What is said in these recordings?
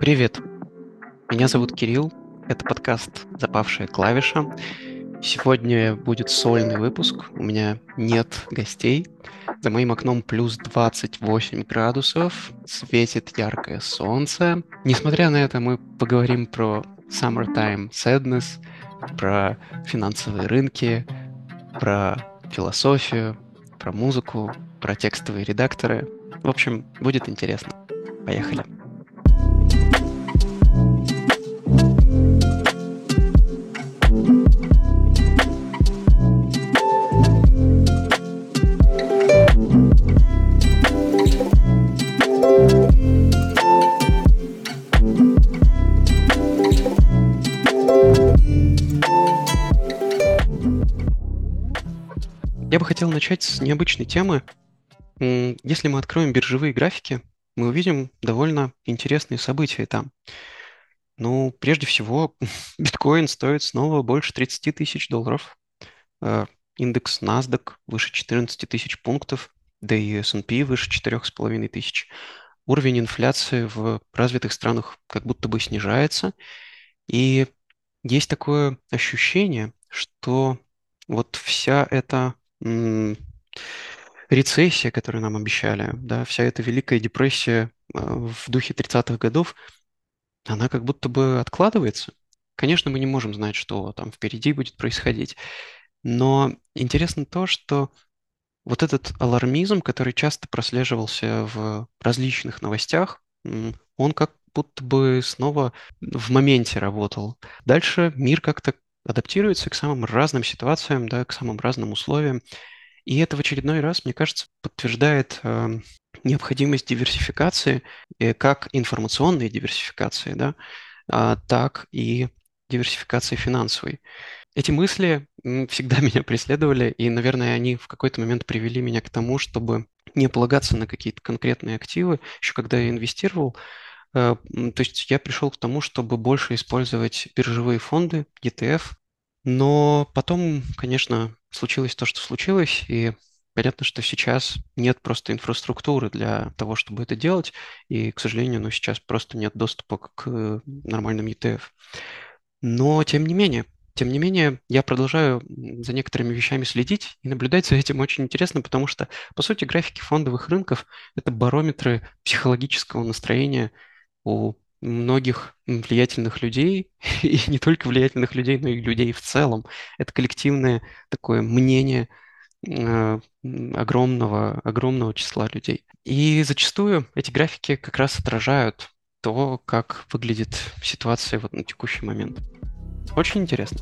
Привет, меня зовут Кирилл, это подкаст «Запавшая клавиша». Сегодня будет сольный выпуск, у меня нет гостей. За моим окном плюс 28 градусов, светит яркое солнце. Несмотря на это, мы поговорим про summertime sadness, про финансовые рынки, про философию, про музыку, про текстовые редакторы. В общем, будет интересно. Поехали. Я бы хотел начать с необычной темы. Если мы откроем биржевые графики, мы увидим довольно интересные события там. Ну, прежде всего, биткоин стоит снова больше 30 тысяч долларов. Э, Индекс NASDAQ выше 14 тысяч пунктов, да и S&P выше 4,5 тысяч. Уровень инфляции в развитых странах как будто бы снижается. И есть такое ощущение, что вот вся эта рецессия, которую нам обещали, да, вся эта Великая депрессия в духе 30-х годов, она как будто бы откладывается. Конечно, мы не можем знать, что там впереди будет происходить, но интересно то, что вот этот алармизм, который часто прослеживался в различных новостях, он как будто бы снова в моменте работал. Дальше мир как-то адаптируется к самым разным ситуациям, да, к самым разным условиям. И это в очередной раз, мне кажется, подтверждает необходимость диверсификации, как информационной диверсификации, да, так и диверсификации финансовой. Эти мысли всегда меня преследовали, и, наверное, они в какой-то момент привели меня к тому, чтобы не полагаться на какие-то конкретные активы. Еще когда я инвестировал, то есть я пришел к тому, чтобы больше использовать биржевые фонды, ETF, но потом, конечно, случилось то, что случилось, и понятно, что сейчас нет просто инфраструктуры для того, чтобы это делать, и, к сожалению, ну, сейчас просто нет доступа к нормальным ETF. Но, тем не менее, я продолжаю за некоторыми вещами следить и наблюдать за этим очень интересно, потому что, по сути, графики фондовых рынков– это барометры психологического настроения у многих влиятельных людей, и не только влиятельных людей, но и людей в целом. Это коллективное такое мнение огромного числа людей. И зачастую эти графики как раз отражают то, как выглядит ситуация вот на текущий момент. Очень интересно.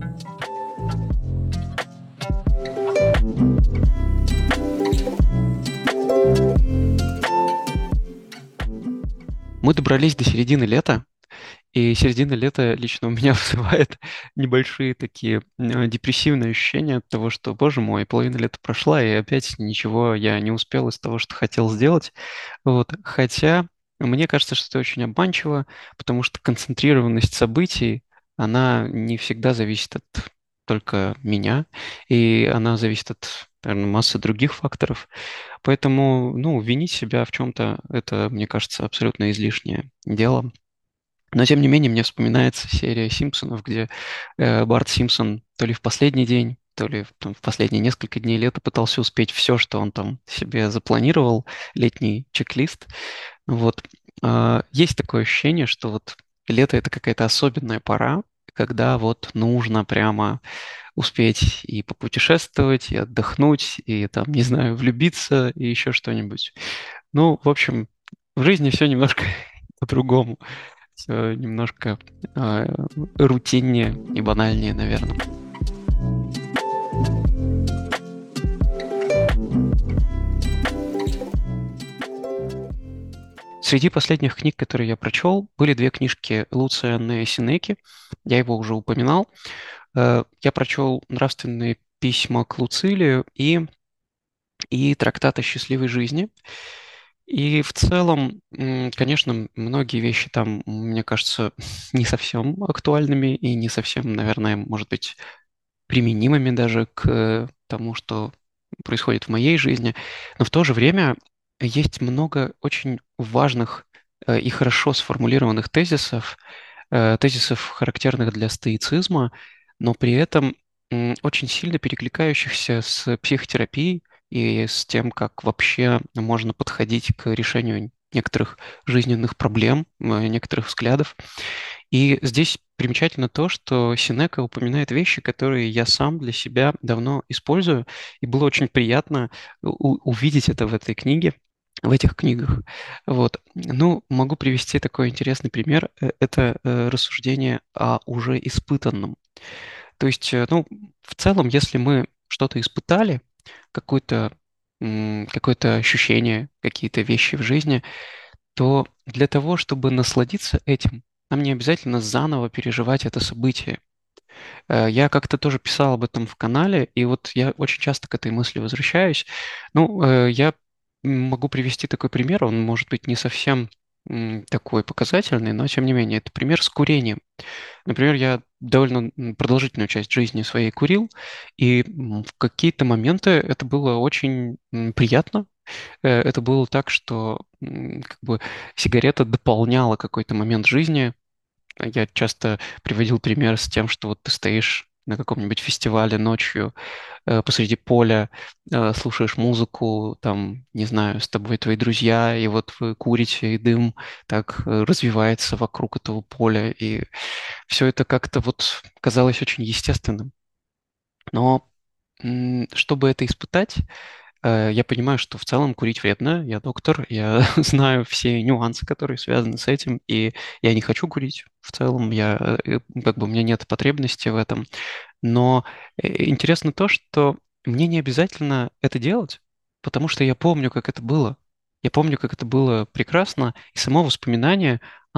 Мы добрались до середины лета, и середина лета лично у меня вызывает небольшие такие депрессивные ощущения от того, что, боже мой, половина лета прошла, и опять ничего я не успел из того, что хотел сделать. Вот. Хотя мне кажется, что это очень обманчиво, потому что концентрированность событий, она не всегда зависит от только меня, и она зависит от, наверное, массы других факторов. Поэтому, ну, винить себя в чем-то, это, мне кажется, абсолютно излишнее дело. Но, тем не менее, мне вспоминается серия «Симпсонов», где Барт Симпсон то ли в последний день, то ли в последние несколько дней лета пытался успеть все, что он там себе запланировал, летний чек-лист. Вот. Есть такое ощущение, что вот лето– это какая-то особенная пора, когда вот нужно прямо успеть и попутешествовать, и отдохнуть, и там, не знаю, влюбиться, и еще что-нибудь. Ну, в общем, в жизни все немножко по-другому. Все немножко а, рутиннее и банальнее, наверное. Среди последних книг, которые я прочел, были две книжки Луциана Сенеки. Я его уже упоминал. Я прочел «Нравственные письма к Луцилию» и «Трактат о счастливой жизни». И в целом, конечно, многие вещи там, мне кажется, не совсем актуальными и не совсем, наверное, может быть, применимыми даже к тому, что происходит в моей жизни. Но в то же время есть много очень важных и хорошо сформулированных тезисов, характерных для стоицизма, но при этом очень сильно перекликающихся с психотерапией и с тем, как вообще можно подходить к решению некоторых жизненных проблем, некоторых взглядов. И здесь примечательно то, что Синека упоминает вещи, которые я сам для себя давно использую, и было очень приятно увидеть это в этой книге, в этих книгах. Вот. Ну, могу привести такой интересный пример. Это рассуждение о уже испытанном. То есть, ну, в целом, если мы что-то испытали, какое-то ощущение, какие-то вещи в жизни, то для того, чтобы насладиться этим, нам не обязательно заново переживать это событие. Я как-то тоже писал об этом в канале, и вот я очень часто к этой мысли возвращаюсь. Ну, я могу привести такой пример, он может быть не совсем такой показательный, но тем не менее, это пример с курением. Например, я довольно продолжительную часть жизни своей курил, и в какие-то моменты это было очень приятно. Это было так, что как бы сигарета дополняла какой-то момент жизни. Я часто приводил пример с тем, что вот ты стоишь на каком-нибудь фестивале ночью посреди поля, слушаешь музыку, там, не знаю, с тобой твои друзья, и вот вы курите, и дым так развивается вокруг этого поля, и все это как-то вот казалось очень естественным. Но чтобы это испытать, я понимаю, что в целом курить вредно. Я доктор, я знаю все нюансы, которые связаны с этим, и я не хочу курить. В целом, как бы у меня нет потребности в этом. Но интересно то, что мне не обязательно это делать, потому что я помню, как это было. Я помню, как это было прекрасно, и само воспоминание,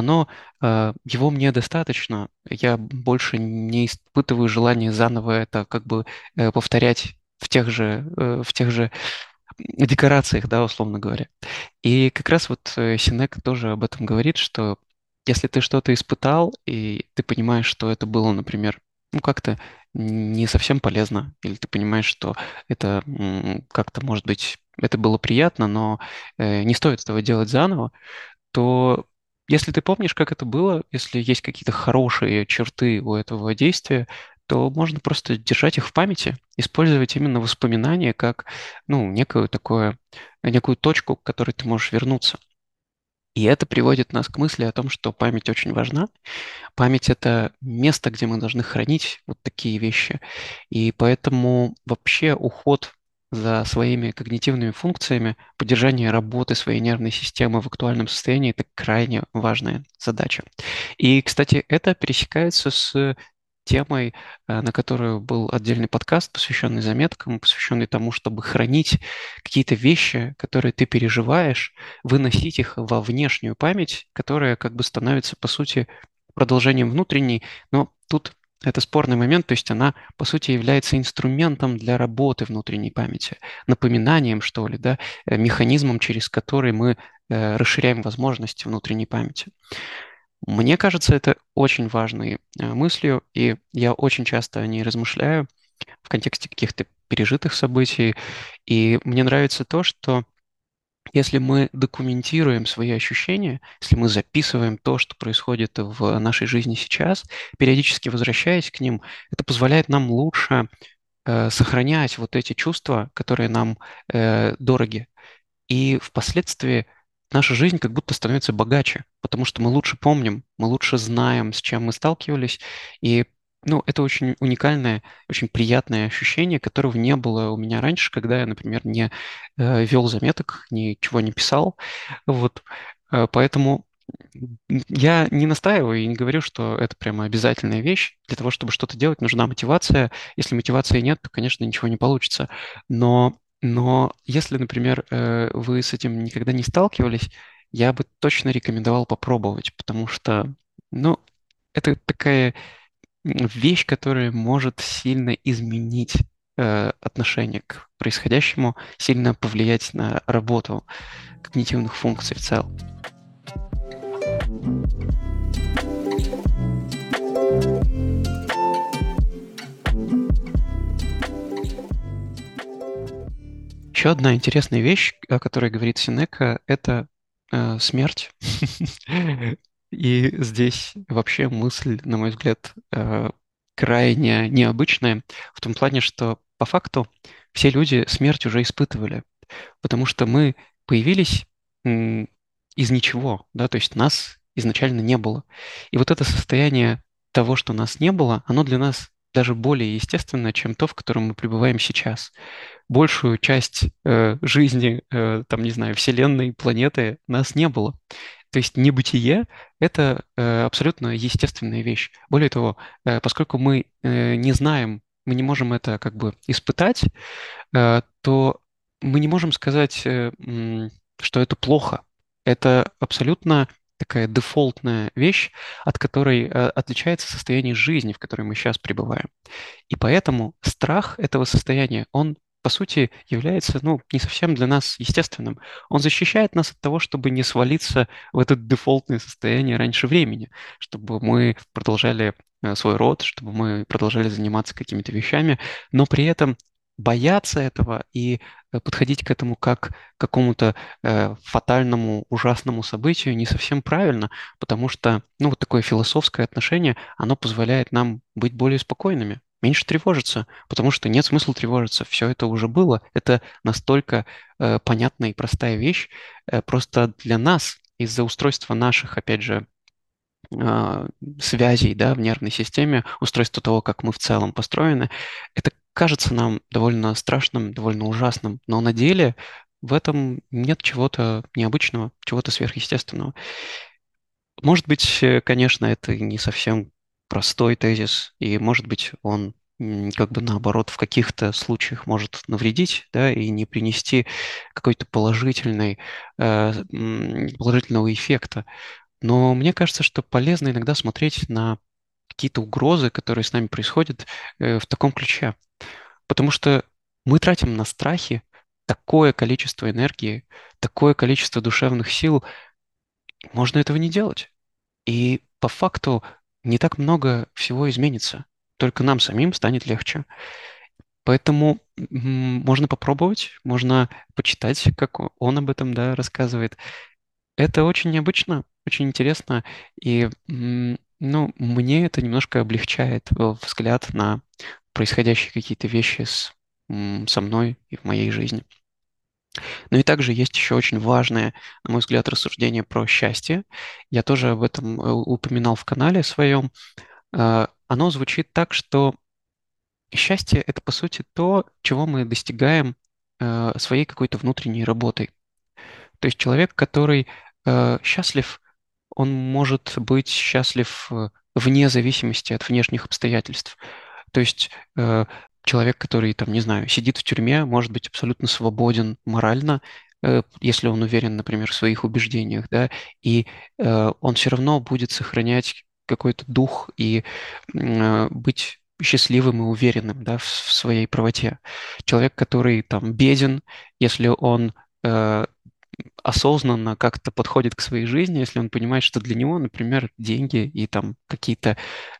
его мне достаточно. Я больше не испытываю желания заново это как бы повторять в тех же декорациях, да, условно говоря. И как раз вот Синека тоже об этом говорит, что если ты что-то испытал, и ты понимаешь, что это было, например, ну, как-то не совсем полезно, или ты понимаешь, что это как-то, может быть, это было приятно, но не стоит этого делать заново, то если ты помнишь, как это было, если есть какие-то хорошие черты у этого действия, то можно просто держать их в памяти, использовать именно воспоминания как, ну, некую точку, к которой ты можешь вернуться. И это приводит нас к мысли о том, что память очень важна. Память — это место, где мы должны хранить вот такие вещи. И поэтому вообще уход за своими когнитивными функциями, поддержание работы своей нервной системы в актуальном состоянии — это крайне важная задача. И, кстати, это пересекается с темой, на которую был отдельный подкаст, посвященный заметкам, посвященный тому, чтобы хранить какие-то вещи, которые ты переживаешь, выносить их во внешнюю память, которая как бы становится, по сути, продолжением внутренней, но тут это спорный момент, то есть она, по сути, является инструментом для работы внутренней памяти, напоминанием, что ли, да, механизмом, через который мы расширяем возможности внутренней памяти. Мне кажется, это очень важной мыслью, и я очень часто о ней размышляю в контексте каких-то пережитых событий. И мне нравится то, что если мы документируем свои ощущения, если мы записываем то, что происходит в нашей жизни сейчас, периодически возвращаясь к ним, это позволяет нам лучше сохранять вот эти чувства, которые нам дороги. И впоследствии наша жизнь как будто становится богаче, потому что мы лучше помним, мы лучше знаем, с чем мы сталкивались. И ну, это очень уникальное, очень приятное ощущение, которого не было у меня раньше, когда я, например, не вел заметок, ничего не писал. Вот. Поэтому я не настаиваю и не говорю, что это прямо обязательная вещь. Для того, чтобы что-то делать, нужна мотивация. Если мотивации нет, то, конечно, ничего не получится. Но если, например, вы с этим никогда не сталкивались, я бы точно рекомендовал попробовать, потому что, ну, это такая вещь, которая может сильно изменить отношение к происходящему, сильно повлиять на работу когнитивных функций в целом. Еще одна интересная вещь, о которой говорит Синека, это смерть. И здесь вообще мысль, на мой взгляд, крайне необычная, в том плане, что по факту все люди смерть уже испытывали, потому что мы появились м, из ничего, да, то есть нас изначально не было. И вот это состояние того, что нас не было, оно для нас даже более естественно, чем то, в котором мы пребываем сейчас. Большую часть жизни, там, не знаю, Вселенной, планеты нас не было. То есть небытие — это абсолютно естественная вещь. Более того, поскольку мы не знаем, мы не можем это как бы испытать, то мы не можем сказать, что это плохо. Это абсолютно такая дефолтная вещь, от которой отличается состояние жизни, в которой мы сейчас пребываем. И поэтому страх этого состояния, он, по сути, является, ну, не совсем для нас естественным. Он защищает нас от того, чтобы не свалиться в это дефолтное состояние раньше времени, чтобы мы продолжали свой род, чтобы мы продолжали заниматься какими-то вещами, но при этом бояться этого и подходить к этому как к какому-то фатальному, ужасному событию не совсем правильно, потому что, ну, вот такое философское отношение, оно позволяет нам быть более спокойными, меньше тревожиться, потому что нет смысла тревожиться. Все это уже было. Это настолько понятная и простая вещь. Просто для нас из-за устройства наших, опять же, а, связей, да, в нервной системе, устройства того, как мы в целом построены, это кажется нам довольно страшным, довольно ужасным, но на деле в этом нет чего-то необычного, чего-то сверхъестественного. Может быть, конечно, это не совсем простой тезис, и, может быть, он как бы наоборот в каких-то случаях может навредить, да, и не принести какой-то положительного эффекта. Но мне кажется, что полезно иногда смотреть на какие-то угрозы, которые с нами происходят, в таком ключе. Потому что мы тратим на страхи такое количество энергии, такое количество душевных сил, можно этого не делать. И по факту не так много всего изменится. Только нам самим станет легче. Поэтому можно попробовать, можно почитать, как он об этом, да, рассказывает. Это очень необычно, очень интересно. И, ну, мне это немножко облегчает взгляд на происходящие какие-то вещи со мной и в моей жизни. Но и также есть еще очень важное, на мой взгляд, рассуждение про счастье. Я тоже об этом упоминал в канале своем. Оно звучит так, что счастье — это, по сути, то, чего мы достигаем своей какой-то внутренней работой. То есть человек, который счастлив, он может быть счастлив вне зависимости от внешних обстоятельств. То есть человек, который, там, не знаю, сидит в тюрьме, может быть абсолютно свободен морально, если он уверен, например, в своих убеждениях, да, и он все равно будет сохранять какой-то дух и быть счастливым и уверенным, да, в своей правоте. Человек, который там беден, если он э, осознанно как-то подходит к своей жизни, если он понимает, что для него, например, деньги и там какие-то,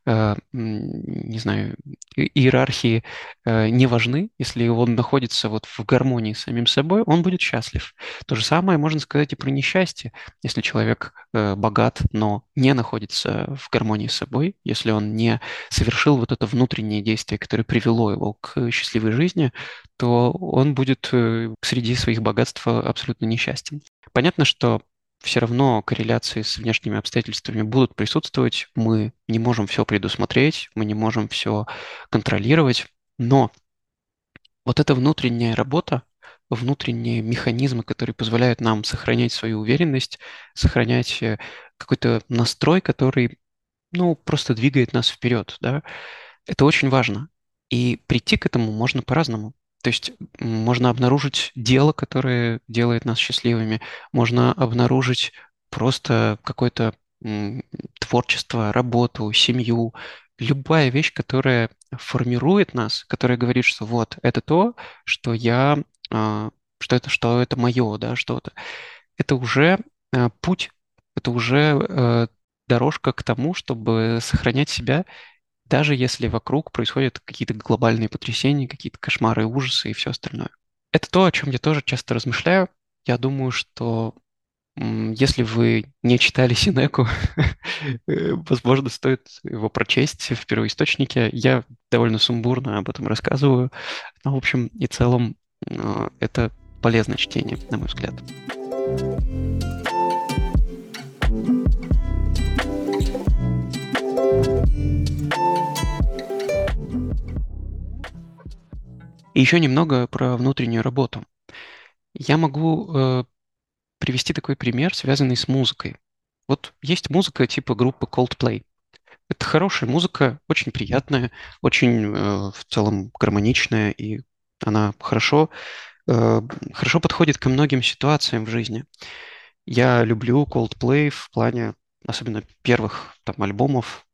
не знаю, иерархии не важны, если он находится вот в гармонии с самим собой, он будет счастлив. То же самое можно сказать и про несчастье. Если человек богат, но не находится в гармонии с собой, если он не совершил вот это внутреннее действие, которое привело его к счастливой жизни, то он будет среди своих богатств абсолютно несчастен. Понятно, что все равно корреляции с внешними обстоятельствами будут присутствовать. Мы не можем все предусмотреть, мы не можем все контролировать, но вот эта внутренняя работа, внутренние механизмы, которые позволяют нам сохранять свою уверенность, сохранять какой-то настрой, который, ну, просто двигает нас вперед, да, это очень важно. И прийти к этому можно по-разному. То есть можно обнаружить дело, которое делает нас счастливыми, можно обнаружить просто какое-то творчество, работу, семью, любая вещь, которая формирует нас, которая говорит, что вот это то, что я, что это мое, да, что-то. Это уже путь, это уже дорожка к тому, чтобы сохранять себя даже если вокруг происходят какие-то глобальные потрясения, какие-то кошмары, ужасы и все остальное. Это то, о чем я тоже часто размышляю. Я думаю, что Если вы не читали Синеку, возможно, стоит его прочесть в первоисточнике. Я довольно сумбурно об этом рассказываю, но, в общем и целом, это полезное чтение, на мой взгляд. И еще немного про внутреннюю работу. Я могу привести такой пример, связанный с музыкой. Вот есть музыка типа группы Coldplay. Это хорошая музыка, очень приятная, очень в целом гармоничная, и она э, хорошо подходит ко многим ситуациям в жизни. Я люблю Coldplay в плане, особенно первых там альбомов.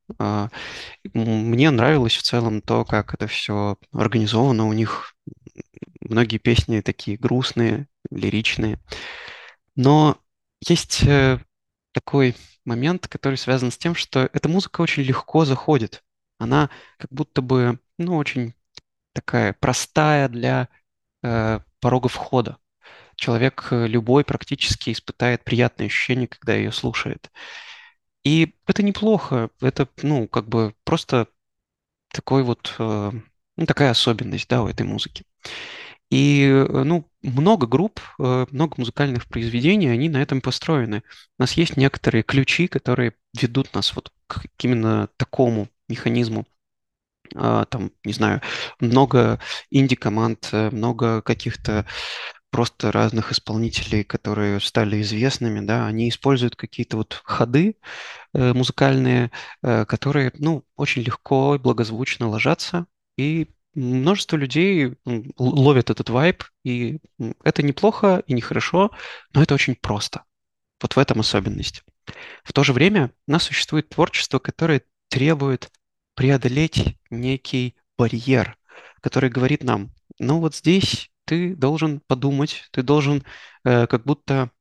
Мне нравилось в целом то, как это все организовано. У них многие песни такие грустные, лиричные. Но есть такой момент, который связан с тем, что эта музыка очень легко заходит. Она как будто бы, ну, очень такая простая для порога входа. Человек любой практически испытает приятные ощущения, когда ее слушает. И это неплохо. Это, ну, как бы просто такой вот, ну, такая особенность, да, у этой музыки. И, ну, много групп, много музыкальных произведений, они на этом построены. У нас есть некоторые ключи, которые ведут нас вот к именно такому механизму. Там, не знаю, много инди-команд, много каких-то просто разных исполнителей, которые стали известными, да, они используют какие-то вот ходы музыкальные, которые, ну, очень легко и благозвучно ложатся, и множество людей ловят этот вайб, и это неплохо и нехорошо, но это очень просто. Вот в этом особенность. В то же время у нас существует творчество, которое требует преодолеть некий барьер, который говорит нам, ну вот здесь ты должен подумать, ты должен как будто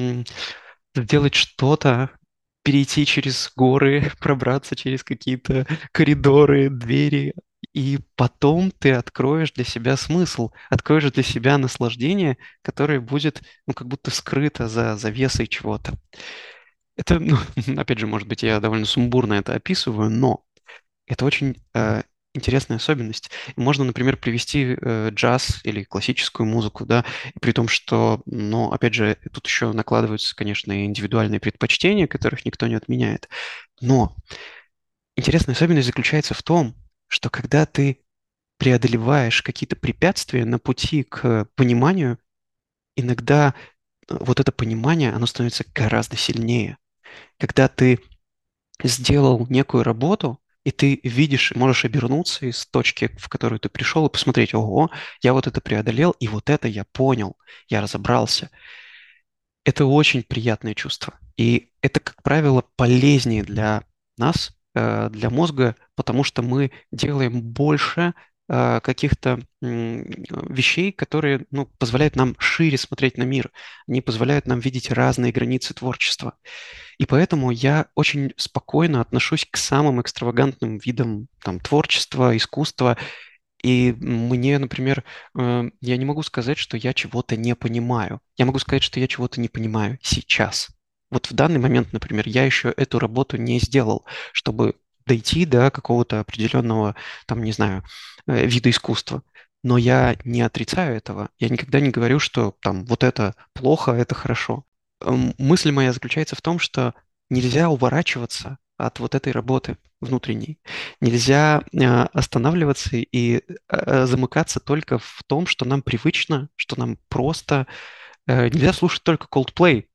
сделать что-то, перейти через горы, пробраться через какие-то коридоры, двери, и потом ты откроешь для себя смысл, откроешь для себя наслаждение, которое будет, ну, как будто скрыто за завесой чего-то. Это, ну, опять же, может быть, я довольно сумбурно это описываю, но это очень интересная особенность. Можно, например, привести джаз или классическую музыку, да, и при том, что, ну, опять же, тут еще накладываются, конечно, и индивидуальные предпочтения, которых никто не отменяет. Но интересная особенность заключается в том, что когда ты преодолеваешь какие-то препятствия на пути к пониманию, иногда вот это понимание, оно становится гораздо сильнее. Когда ты сделал некую работу, и ты видишь, можешь обернуться из точки, в которую ты пришел, и посмотреть, ого, я вот это преодолел, и вот это я понял, я разобрался. Это очень приятное чувство. И это, как правило, полезнее для нас, для мозга, потому что мы делаем больше каких-то вещей, которые, ну, позволяют нам шире смотреть на мир. Они позволяют нам видеть разные границы творчества. И поэтому я очень спокойно отношусь к самым экстравагантным видам там, творчества, искусства. И мне, например, я не могу сказать, что я чего-то не понимаю. Я могу сказать, что я чего-то не понимаю сейчас. Вот в данный момент, например, я еще эту работу не сделал, чтобы дойти до какого-то определенного, там, не знаю, вида искусства. Но я не отрицаю этого. Я никогда не говорю, что там вот это плохо, это хорошо. Мысль моя заключается в том, что нельзя уворачиваться от вот этой работы внутренней. Нельзя останавливаться и замыкаться только в том, что нам привычно, что нам просто. Нельзя слушать только Coldplay.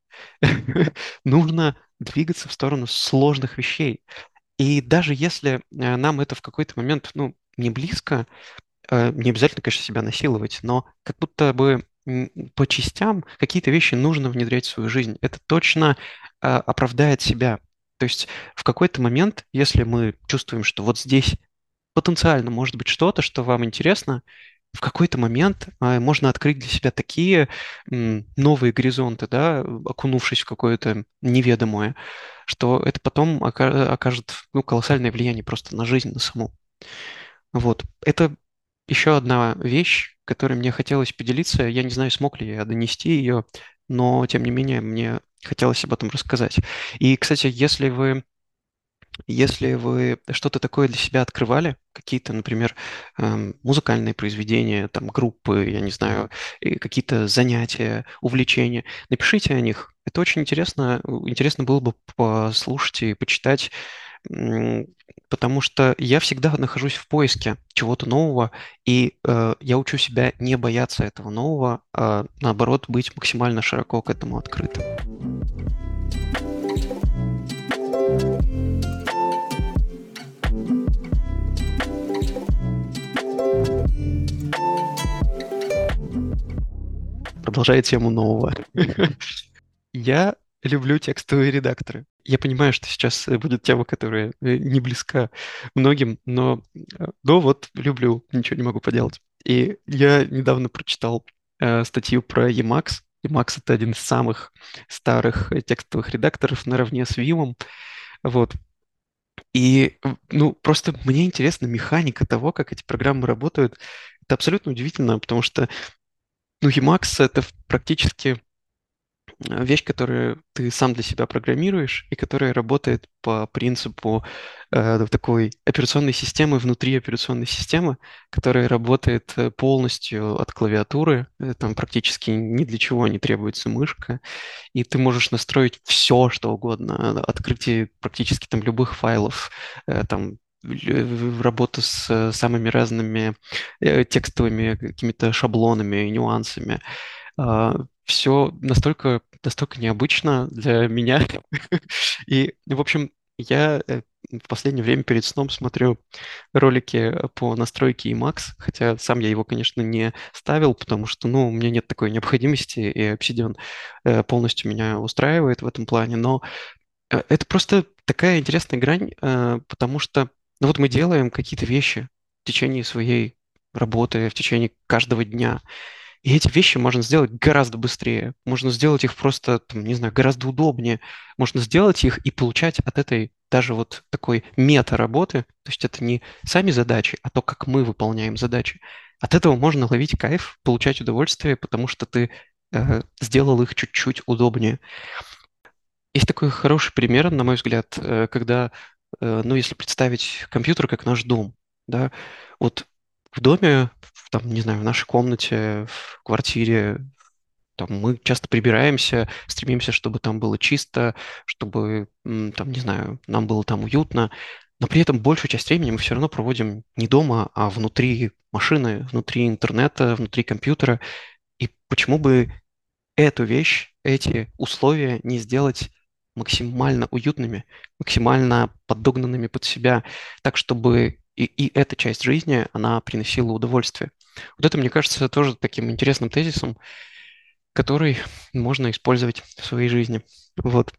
Нужно двигаться в сторону сложных вещей. И даже если нам это в какой-то момент, ну, не близко, не обязательно, конечно, себя насиловать, но как будто бы по частям какие-то вещи нужно внедрять в свою жизнь. Это точно оправдает себя. То есть в какой-то момент, если мы чувствуем, что вот здесь потенциально может быть что-то, что вам интересно, в какой-то момент можно открыть для себя такие новые горизонты, да, окунувшись в какое-то неведомое, что это потом окажет, ну, колоссальное влияние просто на жизнь, на саму. Вот. Это еще одна вещь, которой мне хотелось поделиться. Я не знаю, смог ли я донести ее. но тем не менее мне хотелось об этом рассказать. И, кстати, если вы что-то такое для себя открывали, какие-то, например, музыкальные произведения, там, группы, я не знаю, и какие-то занятия, увлечения, напишите о них. Это очень интересно. Интересно было бы послушать и почитать, м, потому что я всегда нахожусь в поиске чего-то нового, и я учу себя не бояться этого нового, а наоборот, быть максимально широко к этому открытым. Продолжая тему нового. Я люблю текстовые редакторы. Я понимаю, что сейчас будет тема, которая не близка многим, но вот люблю, ничего не могу поделать. И я недавно прочитал статью про Emacs. Emacs — это один из самых старых текстовых редакторов наравне с Vim. Вот. И, ну, просто мне интересна механика того, как эти программы работают. Это абсолютно удивительно, потому что, ну, Emacs — это практически вещь, которую ты сам для себя программируешь и которая работает по принципу такой операционной системы внутри операционной системы, которая работает полностью от клавиатуры. Там практически ни для чего не требуется мышка, и ты можешь настроить все, что угодно, открытие практически там любых файлов, там работу с самыми разными текстовыми какими-то шаблонами, нюансами. Все настолько необычно для меня. И, в общем, я в последнее время перед сном смотрю ролики по настройке Emacs, хотя сам я его, конечно, не ставил, потому что, ну, у меня нет такой необходимости, и Obsidian полностью меня устраивает в этом плане, но это просто такая интересная грань, потому что, ну, вот мы делаем какие-то вещи в течение своей работы, в течение каждого дня, и эти вещи можно сделать гораздо быстрее. Можно сделать их просто, там, не знаю, гораздо удобнее. Можно сделать их и получать от этой даже вот такой мета-работы. То есть это не сами задачи, а то, как мы выполняем задачи. От этого можно ловить кайф, получать удовольствие, потому что ты сделал их чуть-чуть удобнее. Есть такой хороший пример, на мой взгляд, когда, ну, если представить компьютер как наш дом, да, вот в доме, там, не знаю, в нашей комнате, в квартире, там мы часто прибираемся, стремимся, чтобы там было чисто, чтобы, там, не знаю, нам было там уютно, но при этом большую часть времени мы все равно проводим не дома, а внутри машины, внутри интернета, внутри компьютера. И почему бы эту вещь, эти условия не сделать максимально уютными, максимально подогнанными под себя, так, чтобы и эта часть жизни, она приносила удовольствие. Вот это, мне кажется, тоже таким интересным тезисом, который можно использовать в своей жизни. Вот.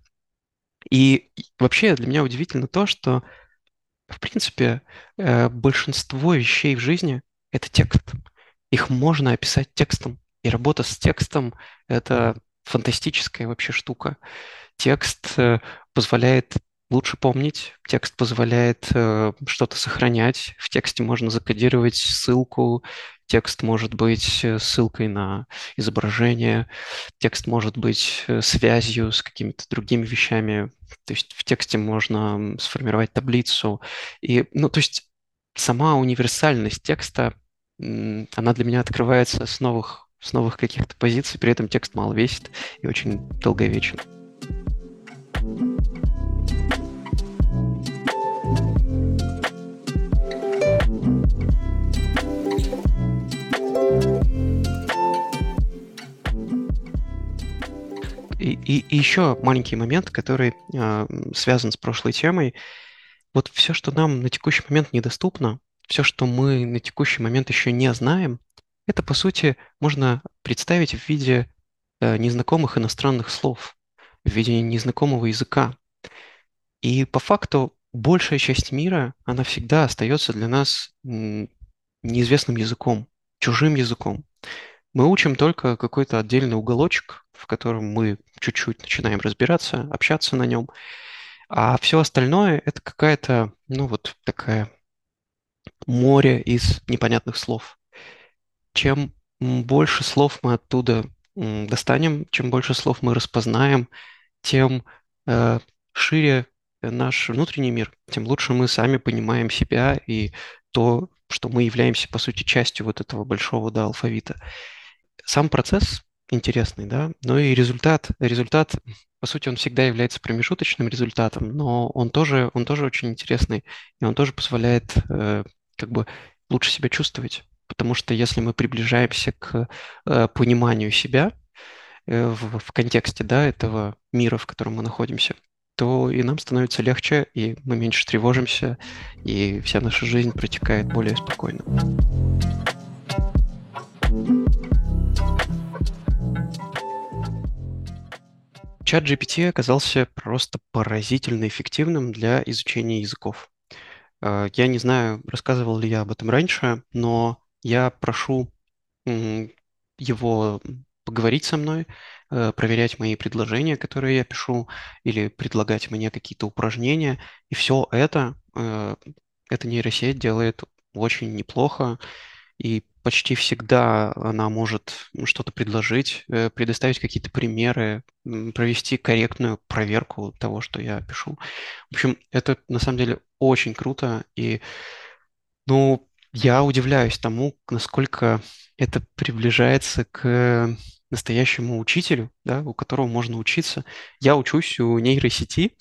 И вообще для меня удивительно то, что, в принципе, большинство вещей в жизни — это текст. Их можно описать текстом. И работа с текстом — это фантастическая вообще штука. Текст позволяет лучше помнить, текст позволяет что-то сохранять. В тексте можно закодировать ссылку, текст может быть ссылкой на изображение, текст может быть связью с какими-то другими вещами. То есть в тексте можно сформировать таблицу. И, ну, то есть сама универсальность текста, она для меня открывается с новых каких-то позиций, при этом текст мало весит и очень долговечен. И еще маленький момент, который связан с прошлой темой. Вот все, что нам на текущий момент недоступно, все, что мы на текущий момент еще не знаем, это, по сути, можно представить в виде незнакомых иностранных слов, в виде незнакомого языка. И по факту большая часть мира, она всегда остается для нас неизвестным языком, чужим языком. Мы учим только какой-то отдельный уголочек, в котором мы чуть-чуть начинаем разбираться, общаться на нем, а все остальное — это какая-то, ну вот такая море из непонятных слов. Чем больше слов мы оттуда достанем, чем больше слов мы распознаем, тем э, шире наш внутренний мир, тем лучше мы сами понимаем себя и то, что мы являемся, по сути, частью вот этого большого, да, алфавита. Сам процесс интересный, да, но и результат, по сути, он всегда является промежуточным результатом, но он тоже очень интересный, и он тоже позволяет как бы лучше себя чувствовать. Потому что если мы приближаемся к пониманию себя в контексте, да, этого мира, в котором мы находимся, то и нам становится легче, и мы меньше тревожимся, и вся наша жизнь протекает более спокойно. Чат GPT оказался просто поразительно эффективным для изучения языков. Я не знаю, рассказывал ли я об этом раньше, но я прошу м, его поговорить со мной, проверять мои предложения, которые я пишу, или предлагать мне какие-то упражнения. И все это эта нейросеть делает очень неплохо. И почти всегда она может что-то предложить, предоставить какие-то примеры, провести корректную проверку того, что я пишу. В общем, это на самом деле очень круто. И, ну, я удивляюсь тому, насколько это приближается к настоящему учителю, да, у которого можно учиться. Я учусь у нейросети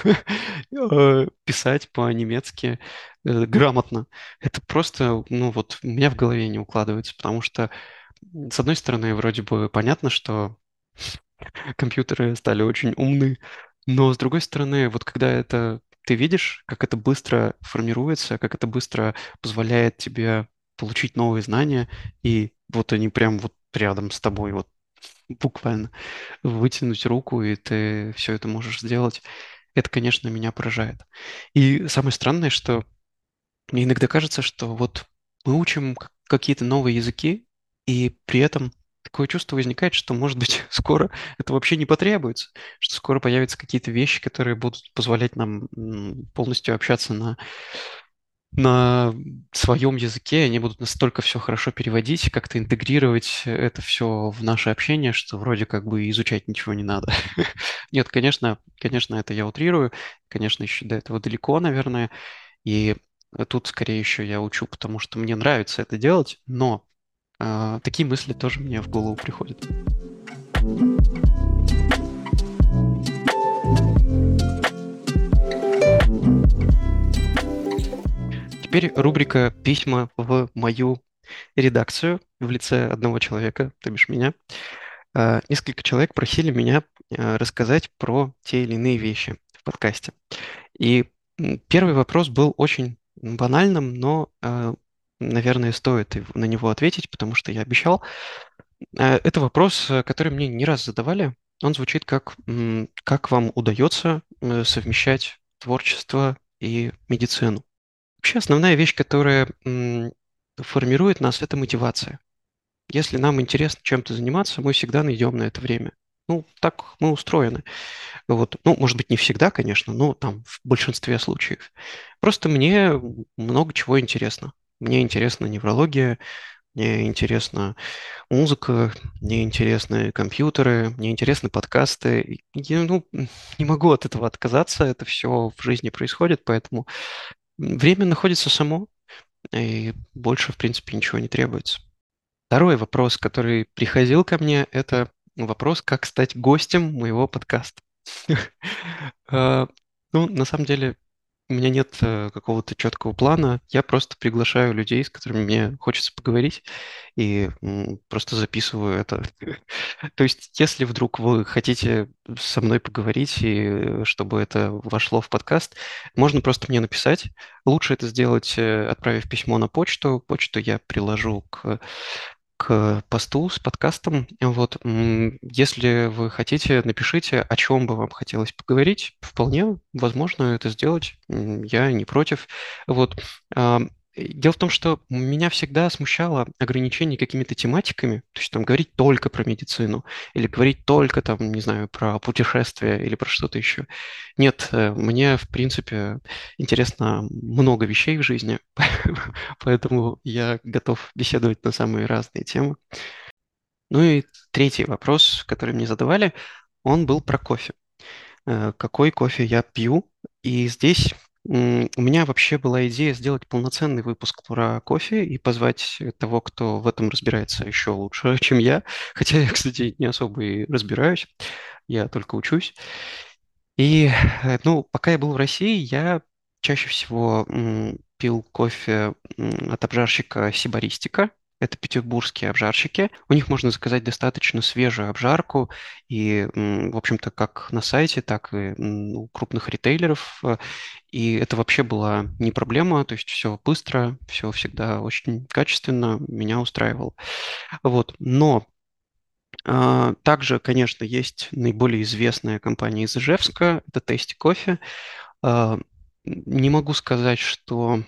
писать по-немецки грамотно. Это просто, ну вот, у меня в голове не укладывается, потому что, с одной стороны, вроде бы понятно, что компьютеры стали очень умны, но с другой стороны, вот когда это ты видишь, как это быстро формируется, как это быстро позволяет тебе получить новые знания, и вот они прям вот рядом с тобой, вот буквально вытянуть руку, и ты все это можешь сделать. Это, конечно, меня поражает. И самое странное, что мне иногда кажется, что вот мы учим какие-то новые языки, и при этом такое чувство возникает, что, может быть, скоро это вообще не потребуется, что скоро появятся какие-то вещи, которые будут позволять нам полностью общаться на своем языке, они будут настолько все хорошо переводить, как-то интегрировать это все в наше общение, что вроде как бы изучать ничего не надо. Нет, конечно, это я утрирую, конечно, еще до этого далеко, наверное, и тут скорее еще я учу, потому что мне нравится это делать, но такие мысли тоже мне в голову приходят. Теперь рубрика «Письма в мою редакцию» в лице одного человека, то бишь меня. Несколько человек просили меня рассказать про те или иные вещи в подкасте. И первый вопрос был очень банальным, но, наверное, стоит на него ответить, потому что я обещал. Это вопрос, который мне не раз задавали. Он звучит как «Как вам удается совмещать творчество и медицину?» Вообще основная вещь, которая формирует нас, это мотивация. Если нам интересно чем-то заниматься, мы всегда найдем на это время. Ну, так мы устроены. Вот. Ну, может быть, не всегда, конечно, но там в большинстве случаев. Просто мне много чего интересно. Мне интересна неврология, мне интересна музыка, мне интересны компьютеры, мне интересны подкасты. И я, ну, не могу от этого отказаться, это все в жизни происходит, поэтому время находится само, и больше, в принципе, ничего не требуется. Второй вопрос, который приходил ко мне, это вопрос, как стать гостем моего подкаста. А, Ну, на самом деле, у меня нет какого-то четкого плана. Я просто приглашаю людей, с которыми мне хочется поговорить, и просто записываю это. То есть, если вдруг вы хотите со мной поговорить, и чтобы это вошло в подкаст, можно просто мне написать. Лучше это сделать, отправив письмо на почту. Почту я приложу к посту с подкастом. Вот, если вы хотите, напишите, о чем бы вам хотелось поговорить. Вполне возможно это сделать. Я не против. Вот. а, Дело в том, что меня всегда смущало ограничение какими-то тематиками, то есть там говорить только про медицину или говорить только там, не знаю, про путешествия или про что-то еще. Нет, мне, в принципе, интересно много вещей в жизни, поэтому я готов беседовать на самые разные темы. Ну и третий вопрос, который мне задавали, он был про кофе. Какой кофе я пью? И здесь у меня вообще была идея сделать полноценный выпуск про кофе и позвать того, кто в этом разбирается еще лучше, чем я. Хотя я, кстати, не особо и разбираюсь, я только учусь. И, ну, пока я был в России, я чаще всего пил кофе от обжарщика Сибаристика. Это петербургские обжарщики. У них можно заказать достаточно свежую обжарку. И, в общем-то, как на сайте, так и у крупных ритейлеров. И это вообще была не проблема. То есть все быстро, все всегда очень качественно. Меня устраивало. Вот. Но также, конечно, есть наиболее известная компания из Ижевска, это Tasty Coffee. А, Не могу сказать, что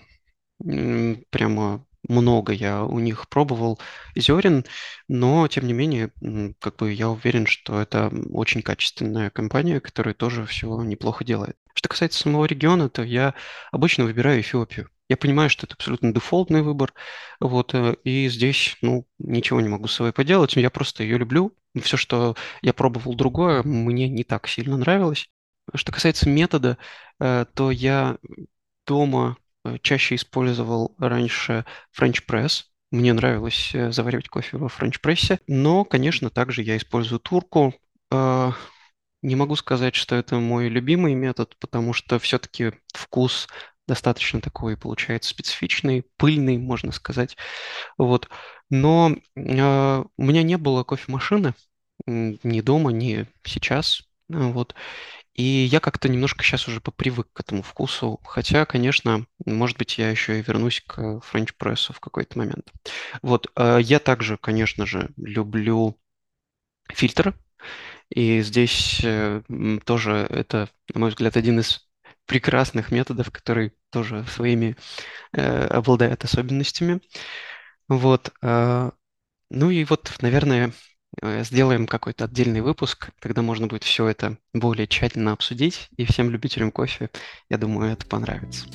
прямо много я у них пробовал зерен, но тем не менее, как бы я уверен, что это очень качественная компания, которая тоже все неплохо делает. Что касается самого региона, то я обычно выбираю Эфиопию. Я понимаю, что это абсолютно дефолтный выбор, вот, и здесь, ну, ничего не могу с собой поделать, я просто ее люблю. Все, что я пробовал другое, мне не так сильно нравилось. Что касается метода, то я дома чаще использовал раньше French Press. Мне нравилось заваривать кофе во French прессе, но, конечно, также я использую турку. Э, Не могу сказать, что это мой любимый метод, потому что все-таки вкус достаточно такой получается специфичный, пыльный, можно сказать. Вот. Но у меня не было кофемашины ни дома, ни сейчас. Вот. И я как-то немножко сейчас уже попривык к этому вкусу, хотя, конечно, может быть, я еще и вернусь к френч-прессу в какой-то момент. Вот, я также, конечно же, люблю фильтр, и здесь тоже это, на мой взгляд, один из прекрасных методов, который тоже своими обладает особенностями. Вот, ну и вот, наверное, сделаем какой-то отдельный выпуск, тогда можно будет все это более тщательно обсудить, и всем любителям кофе, я думаю, это понравится.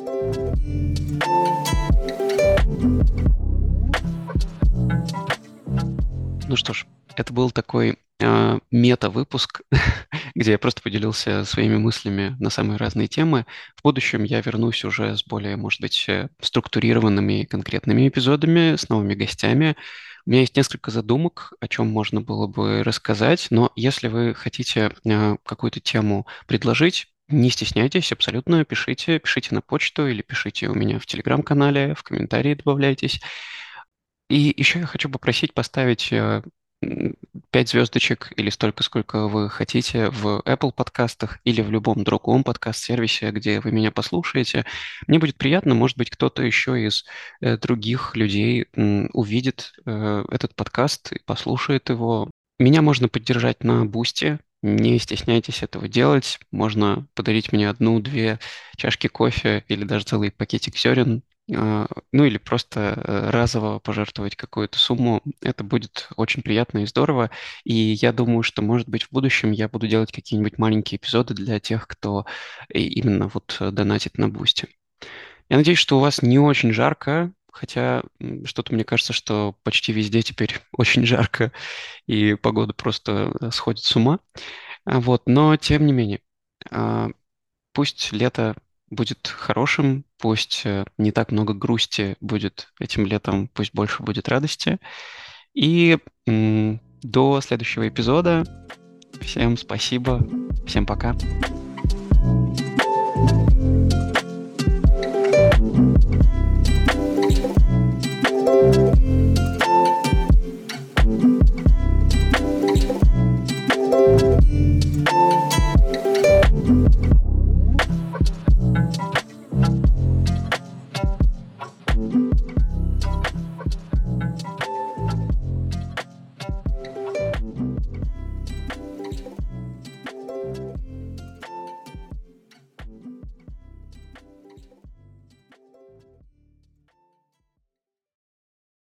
Ну что ж, это был такой мета-выпуск, где я просто поделился своими мыслями на самые разные темы. В будущем я вернусь уже с более, может быть, структурированными и конкретными эпизодами, с новыми гостями. У меня есть несколько задумок, о чем можно было бы рассказать, но если вы хотите какую-то тему предложить, не стесняйтесь, абсолютно пишите, пишите на почту или пишите у меня в телеграм-канале, в комментарии добавляйтесь. И еще я хочу попросить поставить 5 звездочек или столько, сколько вы хотите в Apple подкастах или в любом другом подкаст-сервисе, где вы меня послушаете. Мне будет приятно, может быть, кто-то еще из других людей увидит этот подкаст и послушает его. Меня можно поддержать на Бусти. Не стесняйтесь этого делать. Можно подарить мне одну-две чашки кофе или даже целый пакетик зерен. Ну или просто разово пожертвовать какую-то сумму. Это будет очень приятно и здорово. И я думаю, что, может быть, в будущем я буду делать какие-нибудь маленькие эпизоды для тех, кто именно вот донатит на Бусти. Я надеюсь, что у вас не очень жарко, хотя что-то мне кажется, что почти везде теперь очень жарко, и погода просто сходит с ума. Вот, но тем не менее, а, пусть лето будет хорошим, пусть не так много грусти будет этим летом, пусть больше будет радости. И до следующего эпизода. Всем спасибо, всем пока.